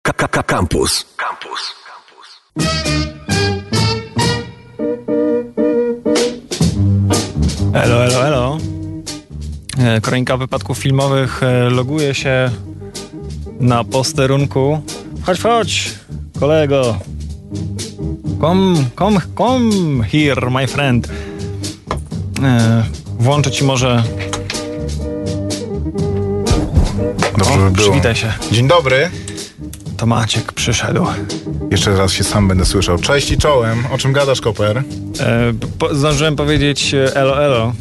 Campus. Elo. Kronika wypadków filmowych loguje się na posterunku. Chodź, kolego. Come here, my friend. Włączę ci może... Dobrze by było. Przywitaj się. Dzień dobry. To Maciek przyszedł. Jeszcze raz się sam będę słyszał. Cześć i czołem. O czym gadasz, Koper? Zdążyłem powiedzieć elo.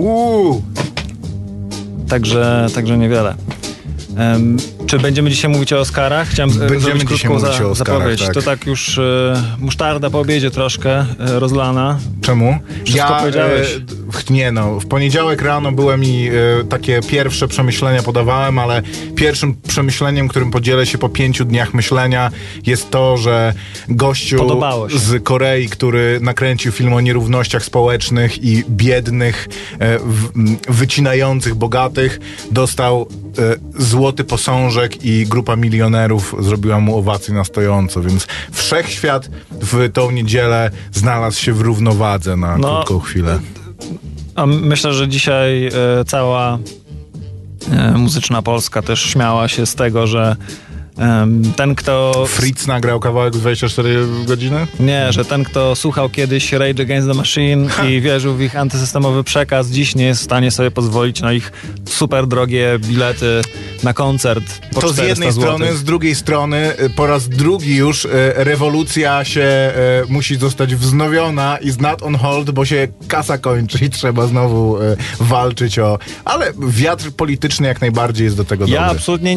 Także niewiele. Czy będziemy dzisiaj mówić o Oscarach? Chciałem zrobić krótką zapowiedź. Tak. To tak już musztarda po obiedzie troszkę rozlana. Czemu? Wszystko powiedziałeś. W poniedziałek rano byłem i takie pierwsze przemyślenia podawałem, ale pierwszym przemyśleniem, którym podzielę się po 5 dniach myślenia, jest to, że gościu z Korei, który nakręcił film o nierównościach społecznych i biednych, wycinających bogatych, dostał złoty posążek i grupa milionerów zrobiła mu owację na stojąco, więc wszechświat w tą niedzielę znalazł się w równowadze na krótką chwilę. A myślę, że dzisiaj cała muzyczna Polska też śmiała się z tego, że ten, kto... Fritz nagrał kawałek 24 godziny? Nie, że ten, kto słuchał kiedyś Rage Against the Machine i wierzył w ich antysystemowy przekaz, dziś nie jest w stanie sobie pozwolić na ich super drogie bilety na koncert po to 400 z jednej strony, z drugiej strony po raz drugi już rewolucja się musi zostać wznowiona i not on hold, bo się kasa kończy i trzeba znowu walczyć o... Ale wiatr polityczny jak najbardziej jest do tego dobry. Ja absolutnie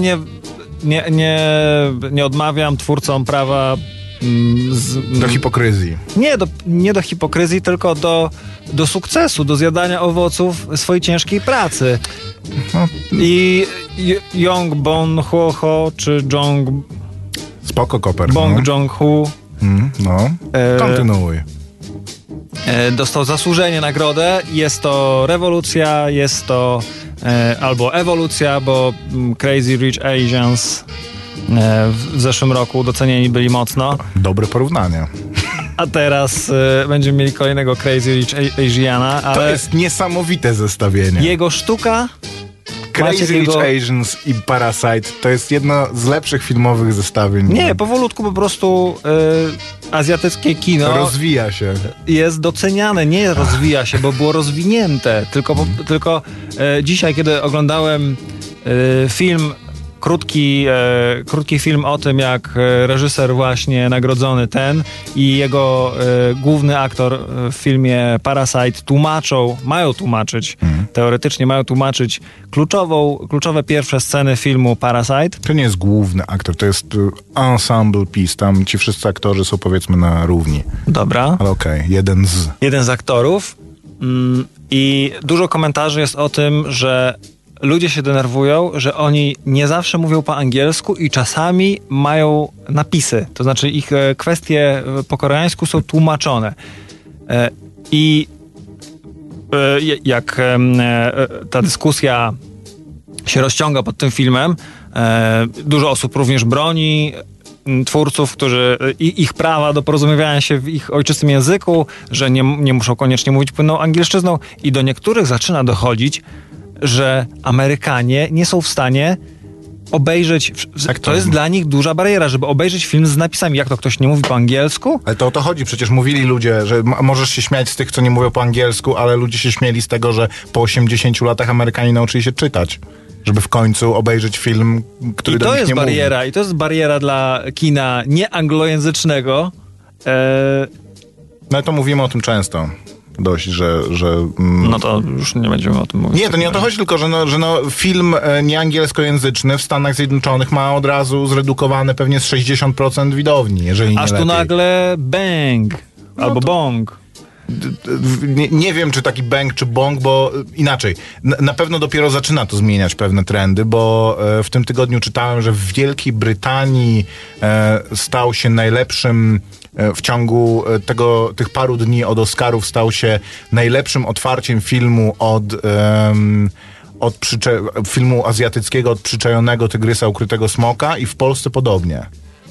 nie odmawiam twórcom prawa do hipokryzji. Nie do hipokryzji, tylko do sukcesu, do zjadania owoców swojej ciężkiej pracy. I Jong Bon Ho czy Jong... Spoko, Koper. Bong Jong-ho. Kontynuuj. Dostał zasłużenie nagrodę. Jest to rewolucja, jest to albo ewolucja, bo Crazy Rich Asians w zeszłym roku docenieni byli mocno. Dobre porównanie. A teraz będziemy mieli kolejnego Crazy Rich Asiana. Ale to jest niesamowite zestawienie. Jego sztuka... Crazy Rich Asians i Parasite to jest jedno z lepszych filmowych zestawień. Nie, powolutku po prostu azjatyckie kino rozwija się. Jest doceniane, nie rozwija się, bo było rozwinięte. Tylko dzisiaj, kiedy oglądałem film, krótki film o tym, jak reżyser właśnie nagrodzony i jego główny aktor w filmie Parasite teoretycznie mają tłumaczyć kluczowe pierwsze sceny filmu Parasite. To nie jest główny aktor, to jest ensemble piece. Tam ci wszyscy aktorzy są powiedzmy na równi. Dobra. Ale okej, jeden z aktorów. I dużo komentarzy jest o tym, że ludzie się denerwują, że oni nie zawsze mówią po angielsku i czasami mają napisy. To znaczy ich kwestie po koreańsku są tłumaczone. I jak ta dyskusja się rozciąga pod tym filmem, dużo osób również broni twórców, którzy ich prawa do porozumiewania się w ich ojczystym języku, że nie muszą koniecznie mówić płynną angielszczyzną i do niektórych zaczyna dochodzić, że Amerykanie nie są w stanie obejrzeć... To jest dla nich duża bariera, żeby obejrzeć film z napisami. Jak to, ktoś nie mówi po angielsku? Ale to o to chodzi. Przecież mówili ludzie, że możesz się śmiać z tych, co nie mówią po angielsku, ale ludzie się śmieli z tego, że po 80 latach Amerykanie nauczyli się czytać. Żeby w końcu obejrzeć film, który do nich nie mówi. I to jest bariera dla kina nieanglojęzycznego. No to mówimy o tym często. Dość, że no to już nie będziemy o tym mówić. Nie, to nie o to chodzi, tylko że film nieangielskojęzyczny w Stanach Zjednoczonych ma od razu zredukowane pewnie z 60% widowni, jeżeli nie aż lepiej. Tu nagle bang albo bong. Nie wiem, czy taki bang, czy bong, bo inaczej. Na pewno dopiero zaczyna to zmieniać pewne trendy, bo w tym tygodniu czytałem, że w Wielkiej Brytanii stał się najlepszym w ciągu tych paru dni od Oscarów stał się najlepszym otwarciem filmu filmu azjatyckiego od Przyczajonego Tygrysa Ukrytego Smoka i w Polsce podobnie.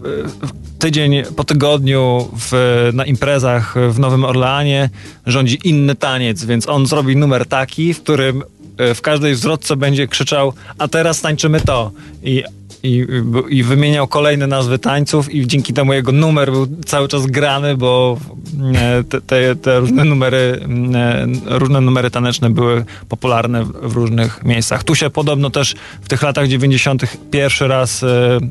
tydzień po tygodniu na imprezach w Nowym Orleanie rządzi inny taniec, więc on zrobi numer taki, w którym w każdej zwrotce będzie krzyczał: a teraz tańczymy to. I wymieniał kolejne nazwy tańców i dzięki temu jego numer był cały czas grany, bo te różne numery taneczne były popularne w różnych miejscach. Tu się podobno też w tych latach 90. pierwszy raz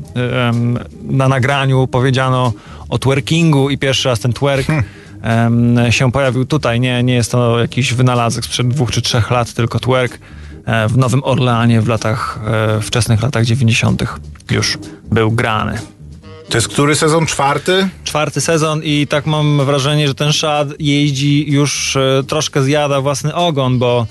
na nagraniu powiedziano o twerkingu i pierwszy raz ten twerk się pojawił tutaj. Nie jest to jakiś wynalazek sprzed 2 czy 3 lat, tylko twerk w Nowym Orleanie w wczesnych latach 90. już był grany. To jest który sezon? 4? 4. sezon i tak mam wrażenie, że ten Shad jeździ już troszkę zjada własny ogon, bo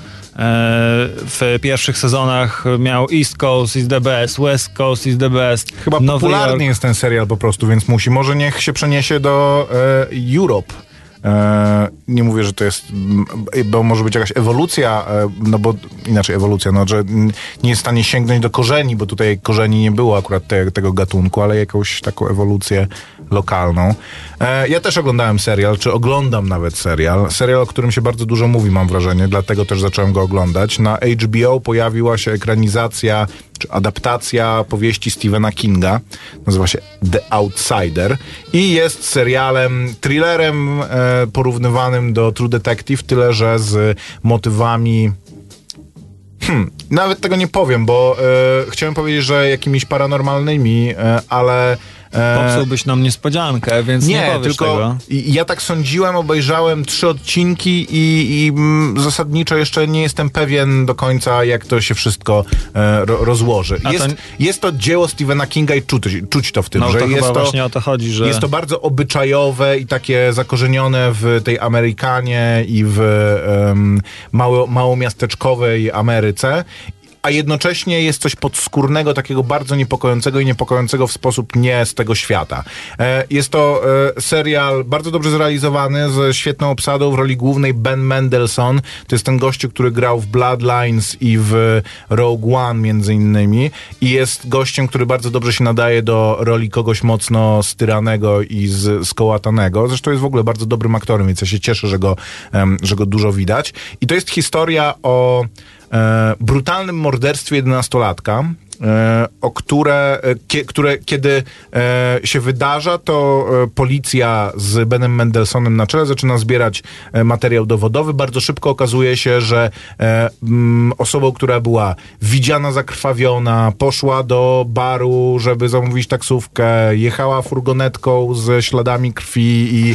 w pierwszych sezonach miał East Coast is the best, West Coast is the best. Chyba Nowy popularny Jork. jest ten serial po prostu, więc musi. Może niech się przeniesie do Europe. Nie mówię, że to jest, bo może być jakaś ewolucja, no bo inaczej ewolucja, no, że nie jest w stanie sięgnąć do korzeni, bo tutaj korzeni nie było akurat tego gatunku, ale jakąś taką ewolucję lokalną. Ja też oglądałem serial, czy oglądam nawet serial, o którym się bardzo dużo mówi, mam wrażenie, dlatego też zacząłem go oglądać. Na HBO pojawiła się ekranizacja czy adaptacja powieści Stephena Kinga. Nazywa się The Outsider i jest serialem, thrillerem porównywanym do True Detective, tyle że z motywami... Nawet tego nie powiem, bo chciałem powiedzieć, że jakimiś paranormalnymi, ale... Popsułbyś nam niespodziankę, więc nie powiesz tylko tego. Ja tak sądziłem, obejrzałem 3 odcinki i zasadniczo jeszcze nie jestem pewien do końca, jak to się wszystko rozłoży. Jest to dzieło Stephena Kinga i czuć to w tym, no, że to jest chyba to właśnie o to chodzi, że... Jest to bardzo obyczajowe i takie zakorzenione w tej Amerykanie i w małomiasteczkowej Ameryce. A jednocześnie jest coś podskórnego, takiego bardzo niepokojącego w sposób nie z tego świata. Jest to serial bardzo dobrze zrealizowany, ze świetną obsadą. W roli głównej Ben Mendelsohn. To jest ten gościu, który grał w Bloodlines i w Rogue One między innymi. I jest gościem, który bardzo dobrze się nadaje do roli kogoś mocno styranego i skołatanego. Zresztą jest w ogóle bardzo dobrym aktorem, więc ja się cieszę, że go dużo widać. I to jest historia o brutalnym morderstwie 11-latka, które kiedy się wydarza, to policja z Benem Mendelsohnem na czele zaczyna zbierać materiał dowodowy. Bardzo szybko okazuje się, że osobą, która była widziana zakrwawiona, poszła do baru, żeby zamówić taksówkę, jechała furgonetką ze śladami krwi i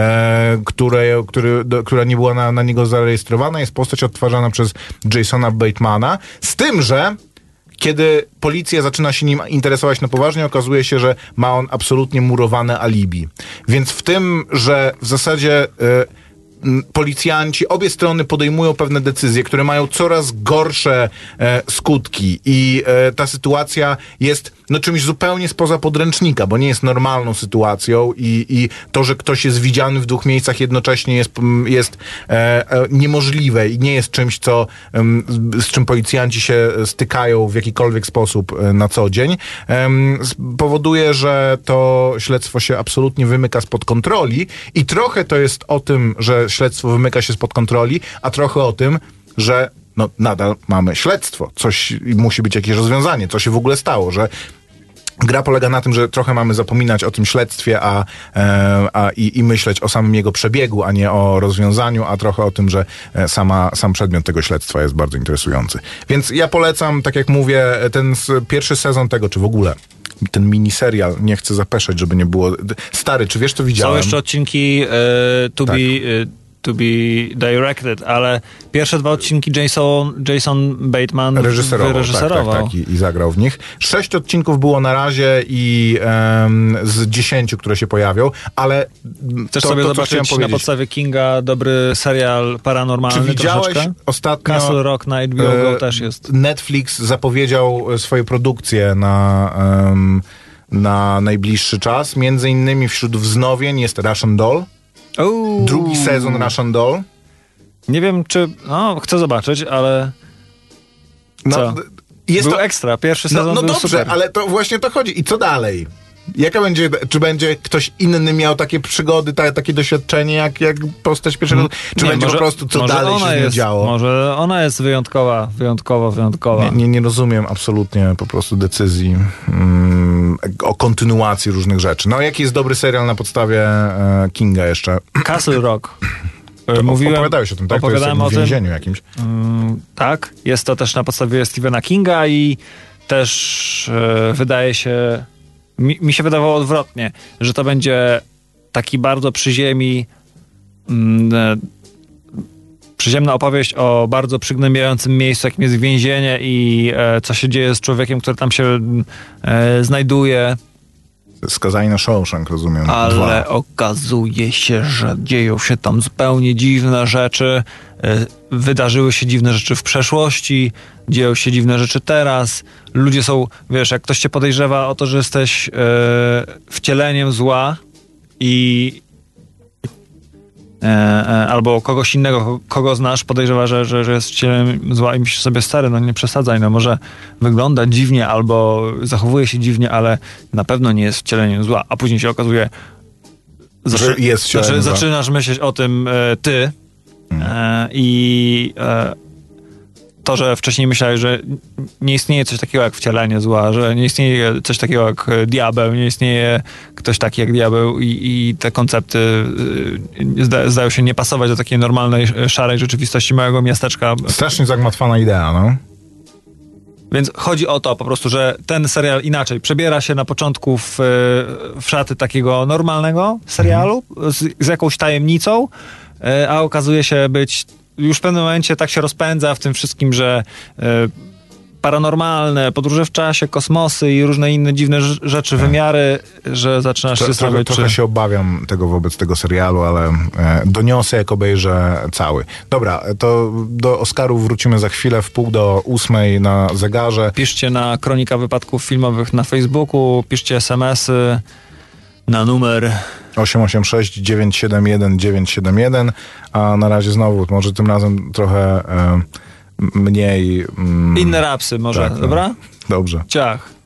która nie była na niego zarejestrowana, jest postać odtwarzana przez Jasona Batemana. Z tym, że kiedy policja zaczyna się nim interesować na poważnie, okazuje się, że ma on absolutnie murowane alibi. Więc w tym, że w zasadzie policjanci, obie strony podejmują pewne decyzje, które mają coraz gorsze skutki i ta sytuacja jest czymś zupełnie spoza podręcznika, bo nie jest normalną sytuacją i to, że ktoś jest widziany w 2 miejscach jednocześnie jest niemożliwe i nie jest czymś, z czym policjanci się stykają w jakikolwiek sposób na co dzień, powoduje, że to śledztwo się absolutnie wymyka spod kontroli i trochę to jest o tym, że śledztwo wymyka się spod kontroli, a trochę o tym, że nadal mamy śledztwo. Musi być jakieś rozwiązanie. Co się w ogóle stało, że gra polega na tym, że trochę mamy zapominać o tym śledztwie i myśleć o samym jego przebiegu, a nie o rozwiązaniu, a trochę o tym, że sam przedmiot tego śledztwa jest bardzo interesujący. Więc ja polecam, tak jak mówię, ten pierwszy sezon tego, czy w ogóle ten miniserial, nie chcę zapeszać, żeby nie było... Stary, czy wiesz, co widziałem? Są jeszcze odcinki to be directed, ale pierwsze 2 odcinki Jason Bateman reżyserował. Tak, i zagrał w nich. 6 odcinków było na razie i z 10, które się pojawią, ale chcesz sobie zobaczyć na podstawie Kinga dobry serial paranormalny. Czy widziałeś troszeczkę? Ostatnio Castle Rock na HBO Go też jest. Netflix zapowiedział swoje produkcje na najbliższy czas. Między innymi wśród wznowień jest Russian Doll. Drugi sezon Russian Doll. Nie wiem, czy... chcę zobaczyć, ale... Był ekstra. Pierwszy sezon był dobrze, super. Ale to właśnie to chodzi. I co dalej? Czy będzie ktoś inny miał takie przygody, takie doświadczenie jak postać pierwszego? Czy będzie po prostu co dalej się z nią działo? Może ona jest wyjątkowa. Nie rozumiem absolutnie po prostu decyzji o kontynuacji różnych rzeczy. No, jaki jest dobry serial na podstawie Kinga jeszcze? Castle Rock. Opowiadałeś o tym, tak? To jest w więzieniu jakimś. Tak, jest to też na podstawie Stephena Kinga i też wydaje się, mi się wydawało odwrotnie, że to będzie taki bardzo przyziemna opowieść o bardzo przygnębiającym miejscu, jakim jest więzienie i co się dzieje z człowiekiem, który tam się znajduje. Skazani na Shawshank, rozumiem. Ale okazuje się, że dzieją się tam zupełnie dziwne rzeczy. Wydarzyły się dziwne rzeczy w przeszłości, dzieją się dziwne rzeczy teraz. Ludzie są, wiesz, jak ktoś cię podejrzewa o to, że jesteś wcieleniem zła albo kogoś innego, kogo znasz, podejrzewa, że jest wcieleniem zła i myślisz sobie, stary, no nie przesadzaj, no może wygląda dziwnie albo zachowuje się dziwnie, ale na pewno nie jest wcieleniem zła, a później się okazuje, że jest wcieleniem zła. Zaczynasz myśleć o tym ty i to, że wcześniej myślałeś, że nie istnieje coś takiego jak wcielenie zła, że nie istnieje coś takiego jak diabeł, nie istnieje ktoś taki jak diabeł i te koncepty zdają się nie pasować do takiej normalnej, szarej rzeczywistości małego miasteczka. Strasznie zagmatwana idea, no. Więc chodzi o to po prostu, że ten serial inaczej przebiera się na początku w szaty takiego normalnego serialu z jakąś tajemnicą, a okazuje się być już w pewnym momencie tak się rozpędza w tym wszystkim, że paranormalne, podróże w czasie, kosmosy i różne inne dziwne rzeczy, wymiary, że zaczynasz się zastanawiać. Trochę się obawiam tego wobec tego serialu, ale doniosę, jak obejrzę cały. Dobra, to do Oscarów wrócimy za chwilę w 7:30 na zegarze. Piszcie na Kronika Wypadków Filmowych na Facebooku, piszcie SMS-y na numer 886 971 971, a na razie znowu, może tym razem trochę mniej... inne rapsy może, tak, dobra? No. Dobrze. Ciach.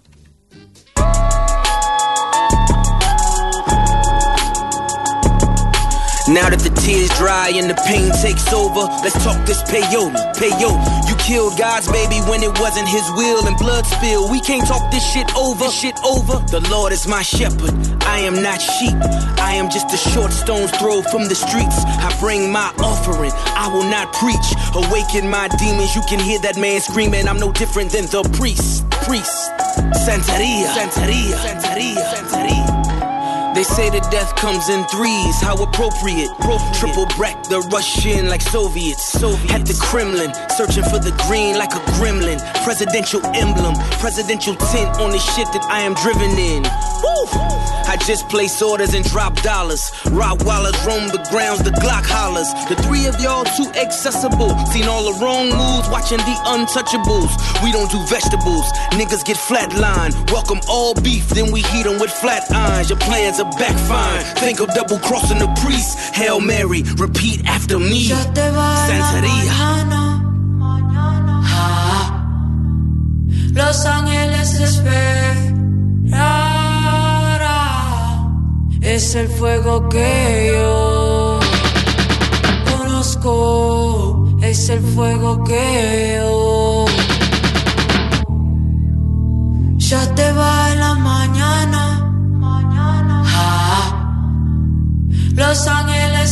Now that the tears dry and the pain takes over, let's talk this peyote, peyote. You killed God's baby when it wasn't his will and blood spill. We can't talk this shit over, The Lord is my shepherd, I am not sheep. I am just a short stone's throw from the streets. I bring my offering, I will not preach. Awaken my demons, you can hear that man screaming. I'm no different than the priest. Santeria, Santeria, Santeria, Santeria. They say that death comes in threes, how appropriate. Triple break, the Russian like Soviets. At the Kremlin, searching for the green like a gremlin. Presidential emblem, presidential tint on the shit that I am driven in. Woo! I just place orders and drop dollars. Rottweilers roam the grounds, the Glock hollers. The three of y'all too accessible. Seen all the wrong moves, watching the untouchables. We don't do vegetables, niggas get flatlined. Welcome all beef, then we heat them with flat irons. Your plans are backfiring. Think of double crossing the priest. Hail Mary, repeat after me. Santeria. Los ángeles esperarán. Es el fuego que yo conozco. Es el fuego que yo. Ya te va en la mañana. Los ángeles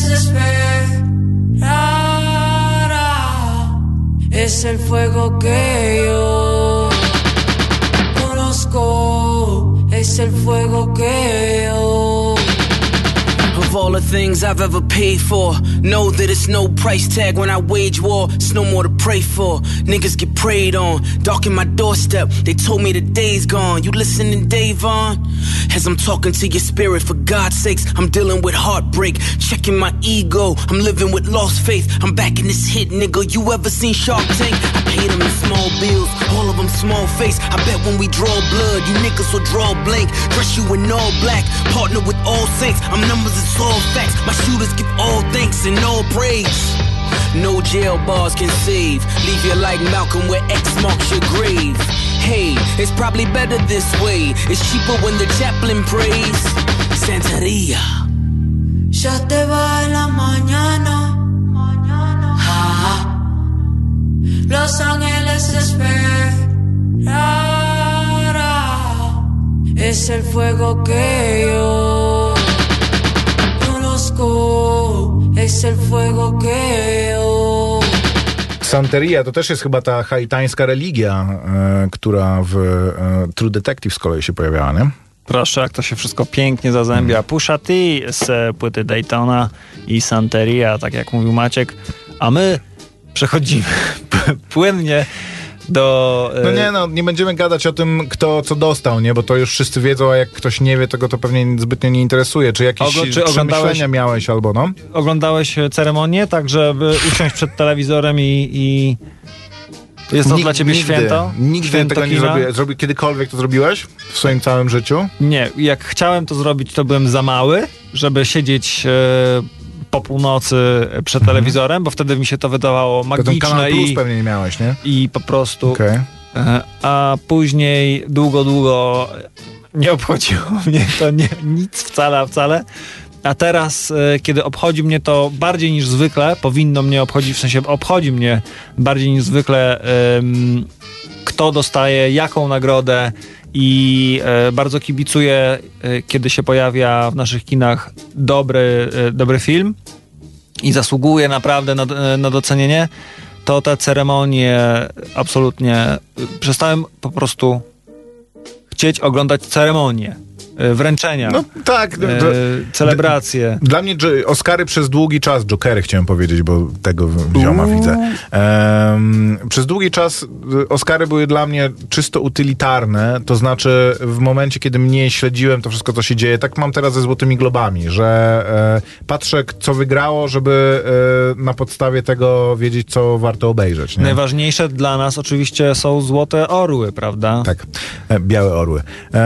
esperarán. Es el fuego que yo conozco. Es el fuego que yo. Of all the things I've ever paid for, know that it's no price tag when I wage war. It's no more to pray for. Niggas get preyed on, darken my doorstep. They told me the day's gone. You listening, Davon? As I'm talking to your spirit, for God's sakes, I'm dealing with heartbreak, checking my ego. I'm living with lost faith. I'm back in this hit, nigga. You ever seen Shark Tank? I paid them in small bills, all of them small face. I bet when we draw blood, you niggas will draw blank. Dress you in all black, partner with all saints. I'm numbers, it's all facts. My shooters give all thanks and all praise. No jail bars can save. Leave you like Malcolm where X marks your grave. Hey, it's probably better this way. It's cheaper when the chaplain prays. Santeria. Ya te va en la mañana. Los ángeles esperarán. Es el fuego que yo conozco. Es el fuego que yo. Santeria to też jest chyba ta haitańska religia, która w True Detective z kolei się pojawiała, nie? Proszę, jak to się wszystko pięknie zazębia. Pusha T z płyty Daytona i Santeria, tak jak mówił Maciek. A my przechodzimy płynnie do... nie będziemy gadać o tym, kto co dostał, nie? Bo to już wszyscy wiedzą, a jak ktoś nie wie, tego to pewnie zbytnio nie interesuje. Czy jakieś przemyślenia miałeś albo no? Oglądałeś ceremonię, tak żeby usiąść przed telewizorem i jest to dla ciebie święto? Nigdy święto tego nie zrobiłem. Kiedykolwiek to zrobiłeś w swoim całym życiu? Nie. Jak chciałem to zrobić, to byłem za mały, żeby siedzieć po północy przed telewizorem, bo wtedy mi się to wydawało magiczne. Kanal Plus pewnie nie miałeś, nie? I po prostu... Okay. A później długo nie obchodziło mnie to nic wcale. A teraz, kiedy obchodzi mnie to bardziej niż zwykle, powinno mnie obchodzić, w sensie obchodzi mnie bardziej niż zwykle, kto dostaje jaką nagrodę i bardzo kibicuję, kiedy się pojawia w naszych kinach dobry film i zasługuje naprawdę na docenienie, to te ceremonie absolutnie przestałem po prostu chcieć oglądać ceremonię. Wręczenia. No tak. Celebracje. Dla mnie Oscary przez długi czas, Jokery chciałem powiedzieć, bo tego zioma widzę. Przez długi czas Oscary były dla mnie czysto utylitarne, to znaczy w momencie, kiedy mniej śledziłem to wszystko, co się dzieje, tak mam teraz ze Złotymi Globami, że patrzę, co wygrało, żeby na podstawie tego wiedzieć, co warto obejrzeć. Nie? Najważniejsze dla nas oczywiście są Złote Orły, prawda? Tak, białe orły.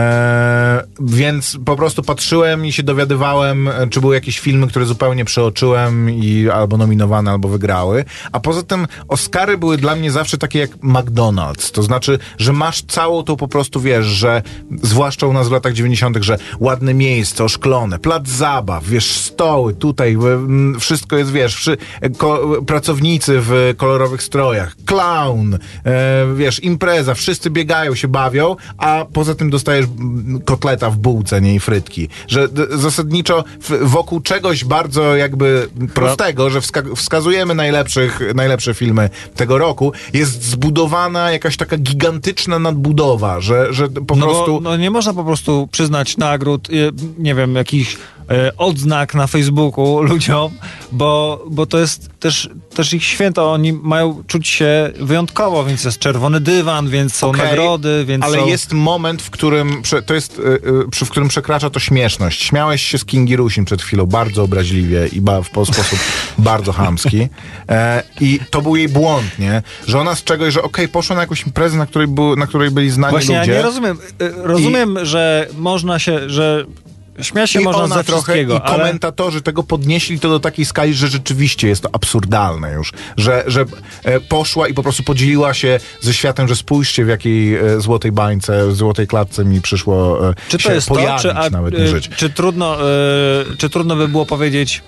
Więc po prostu patrzyłem i się dowiadywałem, czy były jakieś filmy, które zupełnie przeoczyłem i albo nominowane, albo wygrały. A poza tym Oscary były dla mnie zawsze takie jak McDonald's. To znaczy, że masz całą tą po prostu, wiesz, że zwłaszcza u nas w latach 90., że ładne miejsce, oszklone, plac zabaw, wiesz, stoły, tutaj wszystko jest, wiesz, pracownicy w kolorowych strojach, clown, wiesz, impreza, wszyscy biegają, się bawią, a poza tym dostajesz kotleta w bułce, nie, i frytki. Że zasadniczo wokół czegoś bardzo jakby prostego, że wskazujemy najlepsze filmy tego roku, jest zbudowana jakaś taka gigantyczna nadbudowa, że po prostu... No nie można po prostu przyznać nagród, nie wiem, jakichś odznak na Facebooku ludziom, bo to jest też ich święto, oni mają czuć się wyjątkowo, więc jest czerwony dywan, więc są nagrody, więc ale jest moment, w którym w którym przekracza to śmieszność. Śmiałeś się z Kingi Rusin przed chwilą bardzo obraźliwie i w sposób bardzo chamski. I to był jej błąd, nie? Że ona z czegoś, że poszła na jakąś imprezę, na której byli znani właśnie ludzie. Ja nie rozumiem. Rozumiem, że można się, że śmiać się można ze wszystkiego, i komentatorzy tego podnieśli to do takiej skali, że rzeczywiście jest to absurdalne już. Że poszła i po prostu podzieliła się ze światem, że spójrzcie, w jakiej złotej bańce, złotej klatce mi przyszło czy to się jest pojawić, to, nawet nie żyć. Czy trudno by było powiedzieć,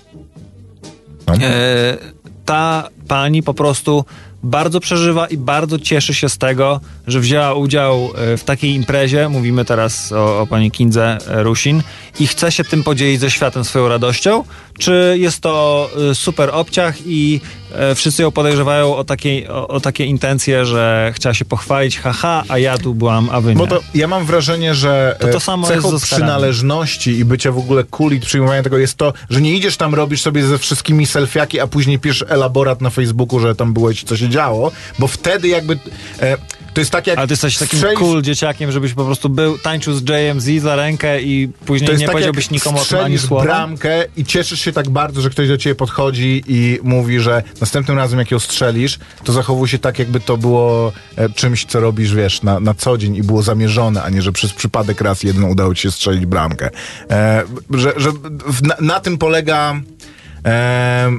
ta pani po prostu bardzo przeżywa i bardzo cieszy się z tego, że wzięła udział w takiej imprezie, mówimy teraz o pani Kindze Rusin, i chce się tym podzielić ze światem swoją radością, czy jest to super obciach i wszyscy ją podejrzewają o takie intencje, że chciała się pochwalić, haha, a ja tu byłam, a wy nie. Bo to ja mam wrażenie, że to samo cechą jest przynależności i bycia w ogóle cool i przyjmowania tego jest to, że nie idziesz tam, robisz sobie ze wszystkimi selfiaki, a później piszesz elaborat na Facebooku, że tam byłeś, co się działo, bo wtedy jakby... to jest tak jak... Ale ty jesteś takim cool dzieciakiem, żebyś po prostu tańczył z JMZ za rękę i później nie powiedziałbyś nikomu o tym ani słowa. Bramkę i cieszysz się tak bardzo, że ktoś do ciebie podchodzi i mówi, że następnym razem jak ją strzelisz, to zachowuj się tak, jakby to było czymś, co robisz, wiesz, na co dzień i było zamierzone, a nie, że przez przypadek raz jeden udało ci się strzelić bramkę. Na tym polega...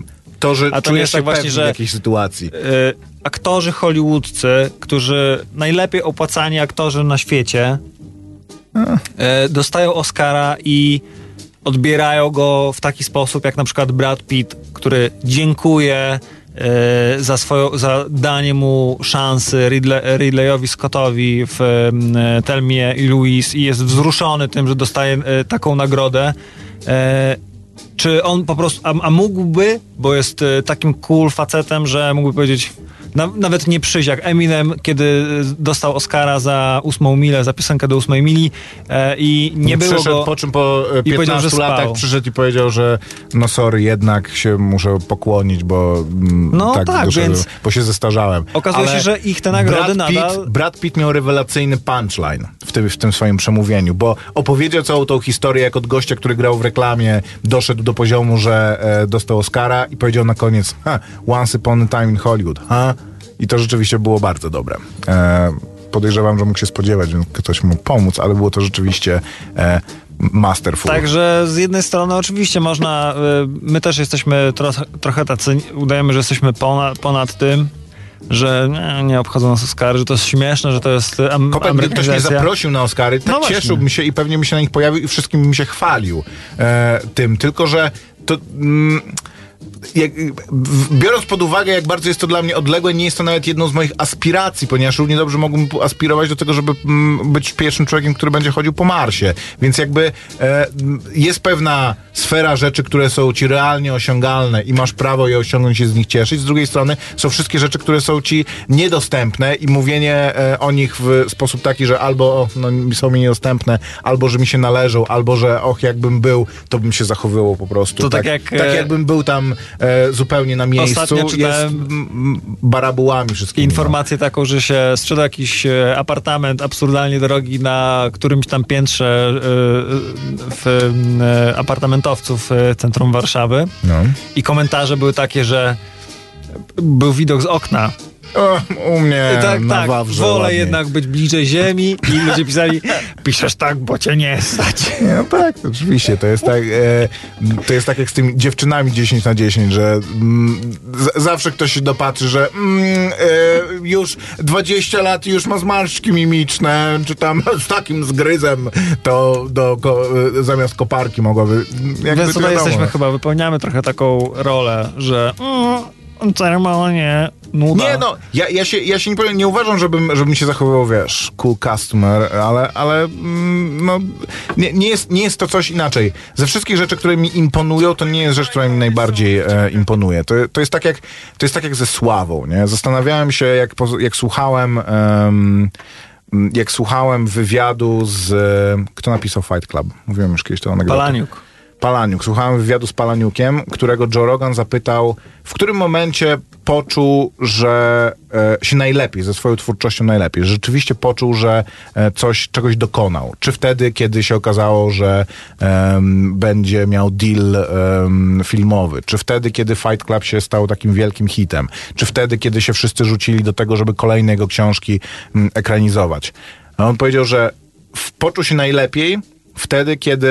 aktorzy czują się pewni w jakiejś sytuacji. Aktorzy hollywoodzcy, którzy najlepiej opłacani aktorzy na świecie, dostają Oscara i odbierają go w taki sposób, jak na przykład Brad Pitt, który dziękuje za danie mu szansy Ridleyowi Scottowi w Thelmie i Louise i jest wzruszony tym, że dostaje taką nagrodę. Czy on po prostu, a mógłby, bo jest takim cool facetem, że mógłby powiedzieć, nawet nie przyjść, jak Eminem, kiedy dostał Oscara za 8 milę, za piosenkę do 8 mili i nie było przyszedł, go... po czym po 15 latach przyszedł i powiedział, że no sorry, jednak się muszę pokłonić, bo więc bo się zestarzałem. Okazuje się, że ich te nagrody Brad Pitt miał rewelacyjny punchline w tym swoim przemówieniu, bo opowiedział całą tą historię, jak od gościa, który grał w reklamie, doszedł do poziomu, że dostał Oscara i powiedział na koniec once upon a time in Hollywood, I to rzeczywiście było bardzo dobre. Podejrzewam, że mógł się spodziewać, że ktoś mógł pomóc, ale było to rzeczywiście masterful. Także z jednej strony oczywiście można, my też jesteśmy trochę tacy, udajemy, że jesteśmy ponad tym, że nie obchodzą nas Oscary, że to jest śmieszne, że to jest amerykanizacja. Gdy ktoś mnie zaprosił na Oscary, tak cieszyłbym się i pewnie mi się na nich pojawił i wszystkim mi się chwalił tym. Tylko, że to... biorąc pod uwagę, jak bardzo jest to dla mnie odległe, nie jest to nawet jedną z moich aspiracji, ponieważ równie dobrze mógłbym aspirować do tego, żeby być pierwszym człowiekiem, który będzie chodził po Marsie. Więc jakby jest pewna sfera rzeczy, które są ci realnie osiągalne i masz prawo je osiągnąć i z nich cieszyć. Z drugiej strony są wszystkie rzeczy, które są ci niedostępne i mówienie o nich w sposób taki, że albo są mi niedostępne, albo że mi się należą, albo że jakbym był, to bym się zachowywał po prostu. To tak jakbym był tam zupełnie na miejscu, jest barabułami wszystkimi. Informację taką, że się sprzeda jakiś apartament absurdalnie drogi na którymś tam piętrze apartamentowców w centrum Warszawy. I komentarze były takie, że był widok z okna. U mnie na Wawrze wolę ładniej. jednak być bliżej ziemi i ludzie pisali, piszesz tak, bo cię nie stać. No tak, oczywiście, to jest tak jak z tymi dziewczynami 10/10, że zawsze ktoś się dopatrzy, że już 20 lat już ma zmarszczki mimiczne, czy tam z takim zgryzem to zamiast koparki mogłaby... Więc tutaj jesteśmy chyba, wypełniamy trochę taką rolę, że ceremonie nuda. Nie, ja się nie uważam, żebym się zachowywał, cool customer, ale nie jest to coś inaczej. Ze wszystkich rzeczy, które mi imponują, to nie jest rzecz, która mi najbardziej imponuje. To jest tak jak ze sławą, nie? Zastanawiałem się, jak słuchałem wywiadu z... Kto napisał Fight Club? Mówiłem już kiedyś to anegdotę. Palaniuk. Słuchałem wywiadu z Palaniukiem, którego Joe Rogan zapytał, w którym momencie poczuł, że się najlepiej, ze swoją twórczością najlepiej, że rzeczywiście poczuł, że czegoś dokonał. Czy wtedy, kiedy się okazało, że będzie miał deal filmowy, czy wtedy, kiedy Fight Club się stał takim wielkim hitem, czy wtedy, kiedy się wszyscy rzucili do tego, żeby kolejne jego książki ekranizować. A on powiedział, że poczuł się najlepiej wtedy, kiedy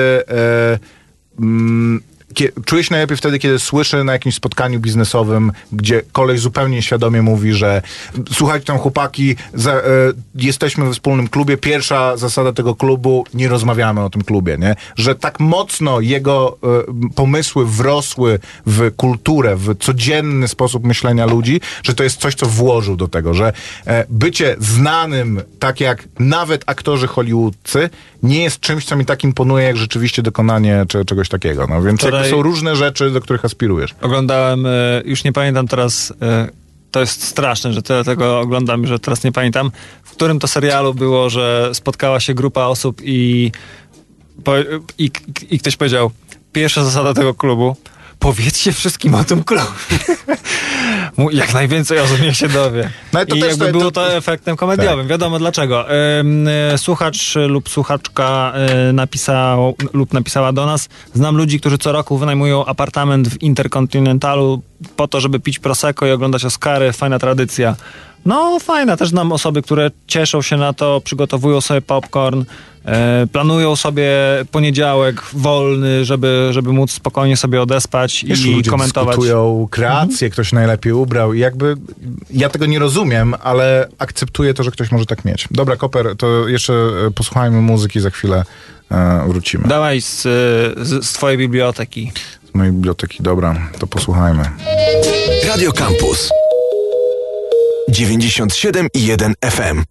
czuję się najlepiej wtedy, kiedy słyszę na jakimś spotkaniu biznesowym, gdzie koleś zupełnie nieświadomie mówi, że słuchajcie tam chłopaki, jesteśmy we wspólnym klubie, pierwsza zasada tego klubu, nie rozmawiamy o tym klubie, nie? Że tak mocno jego pomysły wrosły w kulturę, w codzienny sposób myślenia ludzi, że to jest coś, co włożył do tego, że bycie znanym, tak jak nawet aktorzy hollywoodzcy, nie jest czymś, co mi tak imponuje, jak rzeczywiście dokonanie czegoś takiego. No więc są różne rzeczy, do których aspirujesz. Oglądałem, już nie pamiętam teraz, to jest straszne, że tyle tego oglądam, że teraz nie pamiętam, w którym to serialu było, że spotkała się grupa osób i ktoś powiedział, pierwsza zasada tego klubu, powiedzcie wszystkim o tym klubie. Jak najwięcej osób niech się dowie. No to i też jakby było to efektem komediowym. Tak. Wiadomo dlaczego. Słuchacz lub słuchaczka napisała do nas. Znam ludzi, którzy co roku wynajmują apartament w Interkontynentalu po to, żeby pić Prosecco i oglądać Oscary. Fajna tradycja. No fajna, też znam osoby, które cieszą się na to, przygotowują sobie popcorn, planują sobie poniedziałek wolny, żeby móc spokojnie sobie odespać i ludzie komentować. Dyskutują kreację, ktoś najlepiej ubrał i jakby ja tego nie rozumiem, ale akceptuję to, że ktoś może tak mieć. Dobra, Koper, to jeszcze posłuchajmy muzyki, za chwilę wrócimy. Dawaj z twojej biblioteki. Z mojej biblioteki, dobra, to posłuchajmy. Radio Campus 97,1 FM.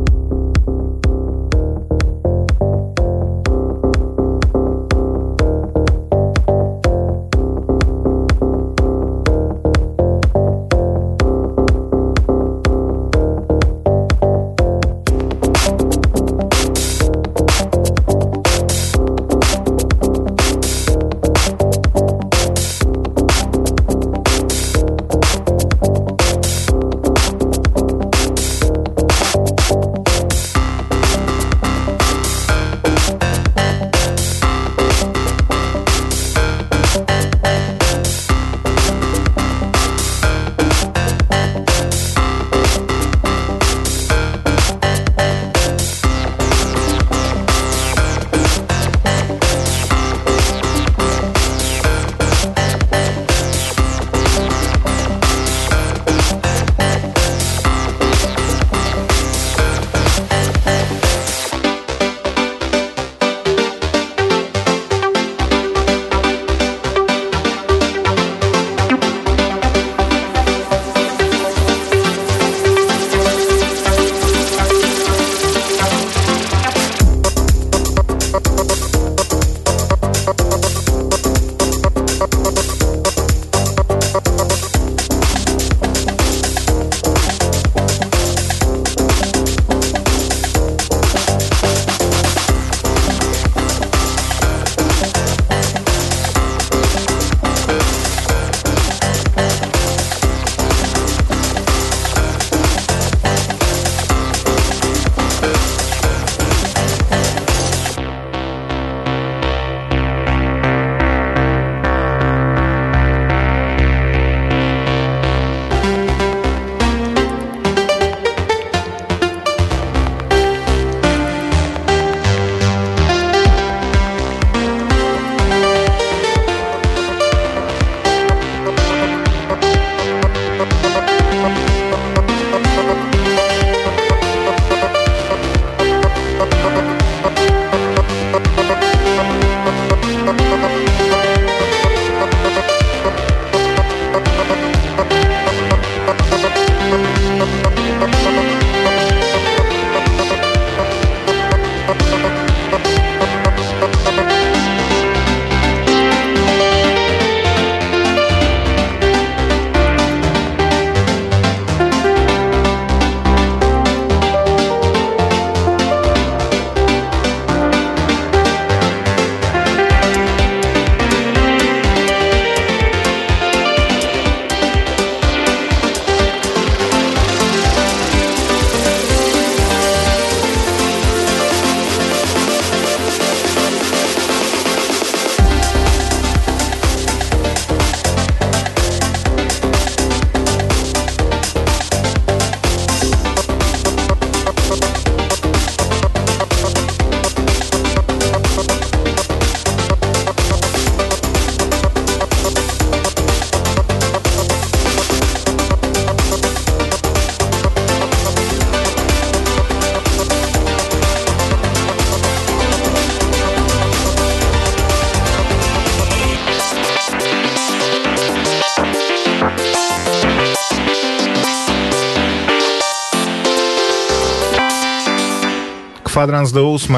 Kwadrans do 8.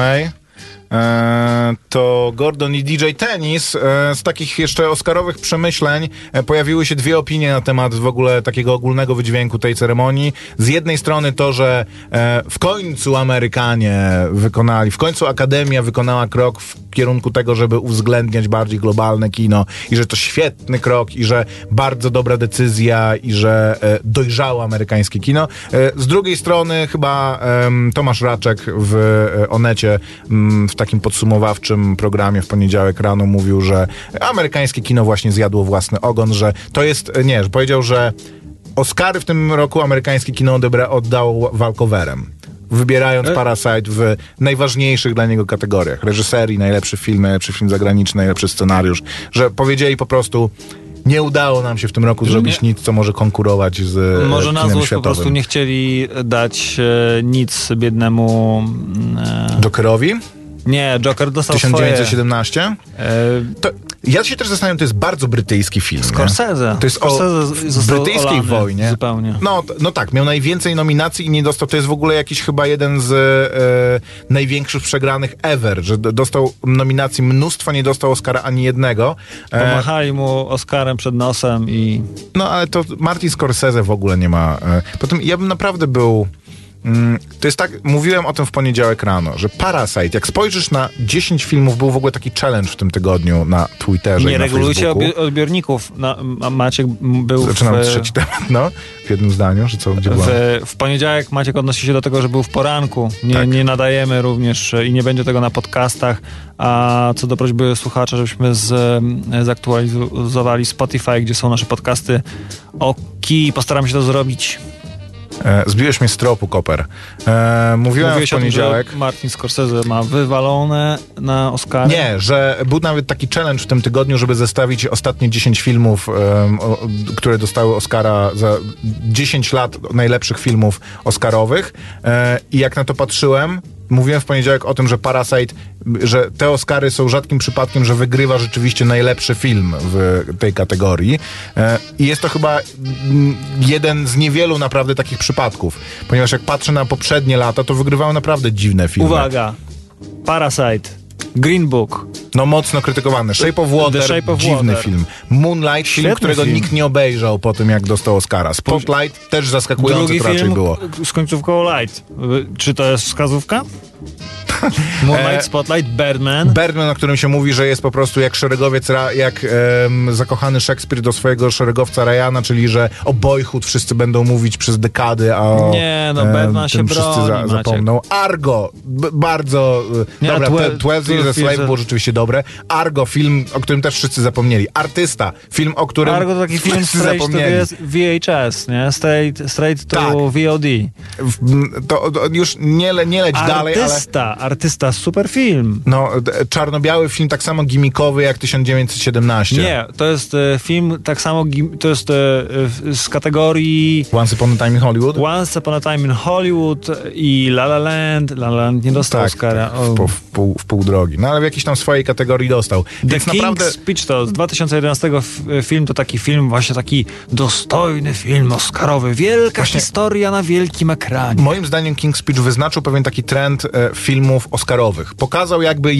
To Gordon i DJ Tennis. Z takich jeszcze oscarowych przemyśleń pojawiły się dwie opinie na temat w ogóle takiego ogólnego wydźwięku tej ceremonii. Z jednej strony to, że w końcu Amerykanie wykonali, w końcu Akademia wykonała krok w kierunku tego, żeby uwzględniać bardziej globalne kino i że to świetny krok i że bardzo dobra decyzja i że dojrzało amerykańskie kino. Z drugiej strony chyba Tomasz Raczek w Onecie w takim podsumowawczym programie w poniedziałek rano mówił, że amerykańskie kino właśnie zjadło własny ogon, że to jest, że powiedział, że Oscary w tym roku amerykańskie kino oddało walkowerem, wybierając Parasite w najważniejszych dla niego kategoriach. Reżyserii, najlepszy film zagraniczny, najlepszy scenariusz. Że powiedzieli po prostu, nie udało nam się w tym roku zrobić nic, co może konkurować z może na kinem złość światowym. po prostu nie chcieli dać nic biednemu... Jokerowi? Nie, Joker dostał 1917? To, ja się też zastanawiam, to jest bardzo brytyjski film. Scorsese. To jest o brytyjskiej wojnie. Zupełnie. No tak, miał najwięcej nominacji i nie dostał. To jest w ogóle jakiś chyba jeden z największych przegranych ever, że dostał nominacji mnóstwo, nie dostał Oscara ani jednego. Pomachali mu Oscarem przed nosem i... No ale to Martin Scorsese w ogóle nie ma... Potem ja bym naprawdę był... To jest tak, mówiłem o tym w poniedziałek rano, że Parasite, jak spojrzysz na 10 filmów, był w ogóle taki challenge w tym tygodniu na Twitterze nie i na regulujcie Facebooku. odbiorników. Maciek był Zaczynam trzeci temat, w jednym zdaniu, że co, gdzie była? W poniedziałek Maciek odnosi się do tego, że był w poranku. Tak. Nie nadajemy również i nie będzie tego na podcastach. A co do prośby słuchacza, żebyśmy zaktualizowali Spotify, gdzie są nasze podcasty. Postaram się to zrobić. Zbiłeś mnie z tropu, Koper. Mówiłem w poniedziałek. O tym, że Martin Scorsese ma wywalone na Oscar. Nie, że był nawet taki challenge w tym tygodniu, żeby zestawić ostatnie 10 filmów, które dostały Oscara za 10 lat najlepszych filmów oscarowych. I jak na to patrzyłem, mówiłem w poniedziałek o tym, że Parasite, że te Oscary są rzadkim przypadkiem, że wygrywa rzeczywiście najlepszy film w tej kategorii. I jest to chyba jeden z niewielu naprawdę takich przypadków. Ponieważ jak patrzę na poprzednie lata, to wygrywały naprawdę dziwne filmy. Uwaga! Parasite, Green Book. No mocno krytykowany. Shape of Water, dziwny film. Moonlight, film, którego nikt nie obejrzał po tym, jak dostał Oscara. Spotlight, też zaskakujący to raczej było. Z końcówką Light. Czy to jest wskazówka? Moonlight, Spotlight, Birdman, o którym się mówi, że jest po prostu jak szeregowiec, jak zakochany Szekspir do swojego szeregowca Ryana, czyli że o Boyhood wszyscy będą mówić przez dekady, a o Birdman się wszyscy zapomną. Argo, bardzo dobra, 12 Years a Slave było rzeczywiście dobre. Argo, film, o którym też wszyscy zapomnieli. Artysta, film, o którym Argo to taki film straight zapomnieli. to VHS, nie? Straight to tak. VOD. To już nie leć dalej, ale... Artysta, super film. No, czarno-biały film tak samo gimmickowy jak 1917. Nie, to jest film tak samo, to jest z kategorii Once Upon a Time in Hollywood? Once Upon a Time in Hollywood i La La Land. La La Land nie dostał Oscara. Tak, w pół drogi. No ale w jakiejś tam swojej kategorii dostał. The King's Speech to z 2011 film, to taki film, właśnie taki dostojny film oscarowy. Wielka historia na wielkim ekranie. Moim zdaniem King's Speech wyznaczył pewien taki trend filmów oscarowych. Pokazał jakby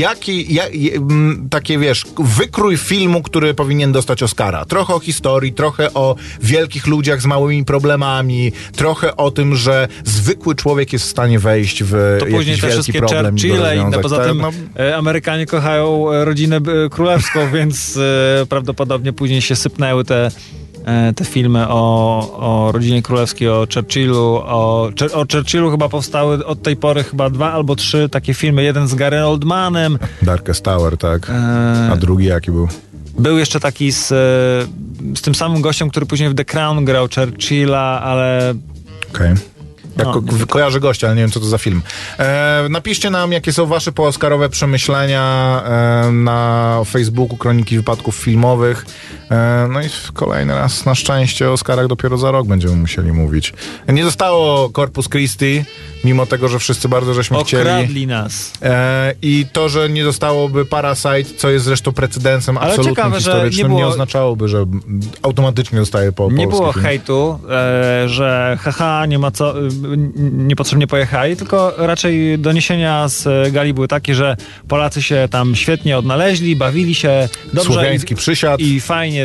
takie, wiesz, wykrój filmu, który powinien dostać Oscara. Trochę o historii, trochę o wielkich ludziach z małymi problemami, trochę o tym, że zwykły człowiek jest w stanie wejść w jakiś wielki problem. Churchille i inne. Poza tym Amerykanie kochają rodzinę królewską, więc prawdopodobnie później się sypnęły te filmy o rodzinie królewskiej, o Churchillu. O Churchillu chyba powstały od tej pory chyba 2 albo 3 takie filmy. Jeden z Gary Oldmanem. Darkest Tower, tak. A drugi jaki był? Był jeszcze taki z tym samym gościem, który później w The Crown grał Churchilla, ale... Okej. Kojarzę gościa, ale nie wiem, co to za film. Napiszcie nam, jakie są wasze pooskarowe przemyślenia na Facebooku Kroniki Wypadków Filmowych. No i kolejny raz, na szczęście, o Oscarach dopiero za rok będziemy musieli mówić. Nie zostało Corpus Christi, mimo tego, że wszyscy bardzo żeśmy chcieli. Okradli nas. I to, że nie zostałoby Parasite, co jest zresztą precedensem absolutnym ciekawe, historycznym, nie oznaczałoby, że automatycznie dostaje po Nie było film. hejtu, że haha, nie ma co, niepotrzebnie pojechali, tylko raczej doniesienia z gali były takie, że Polacy się tam świetnie odnaleźli, bawili się dobrze. Słowiański przysiad. I fajnie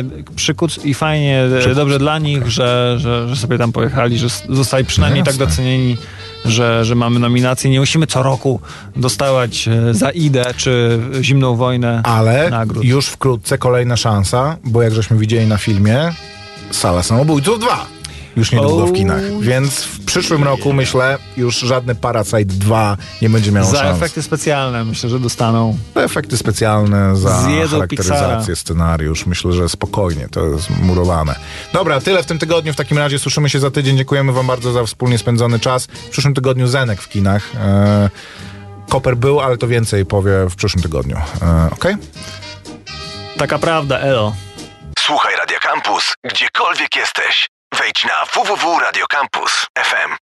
dobrze dla nich, że sobie tam pojechali, że zostali przynajmniej tak docenieni, że mamy nominacje. Nie musimy co roku dostawać za Idę czy Zimną wojnę nagród. Ale już wkrótce kolejna szansa, bo jak żeśmy widzieli na filmie, Sala Samobójców 2. już niedługo w kinach. Więc w przyszłym roku, myślę, już żadny Parasite 2 nie będzie miało Za szans. efekty specjalne myślę, że dostaną. Efekty specjalne, za Zjedzą charakteryzację, Pixara. scenariusz. Myślę, że spokojnie, to jest murowane. Dobra, tyle w tym tygodniu. W takim razie słyszymy się za tydzień. Dziękujemy wam bardzo za wspólnie spędzony czas. W przyszłym tygodniu Zenek w kinach. Koper był, ale to więcej powie w przyszłym tygodniu. Okej? Taka prawda, elo. Słuchaj Radio Campus, gdziekolwiek jesteś. Wejdź na www.radiocampus.fm.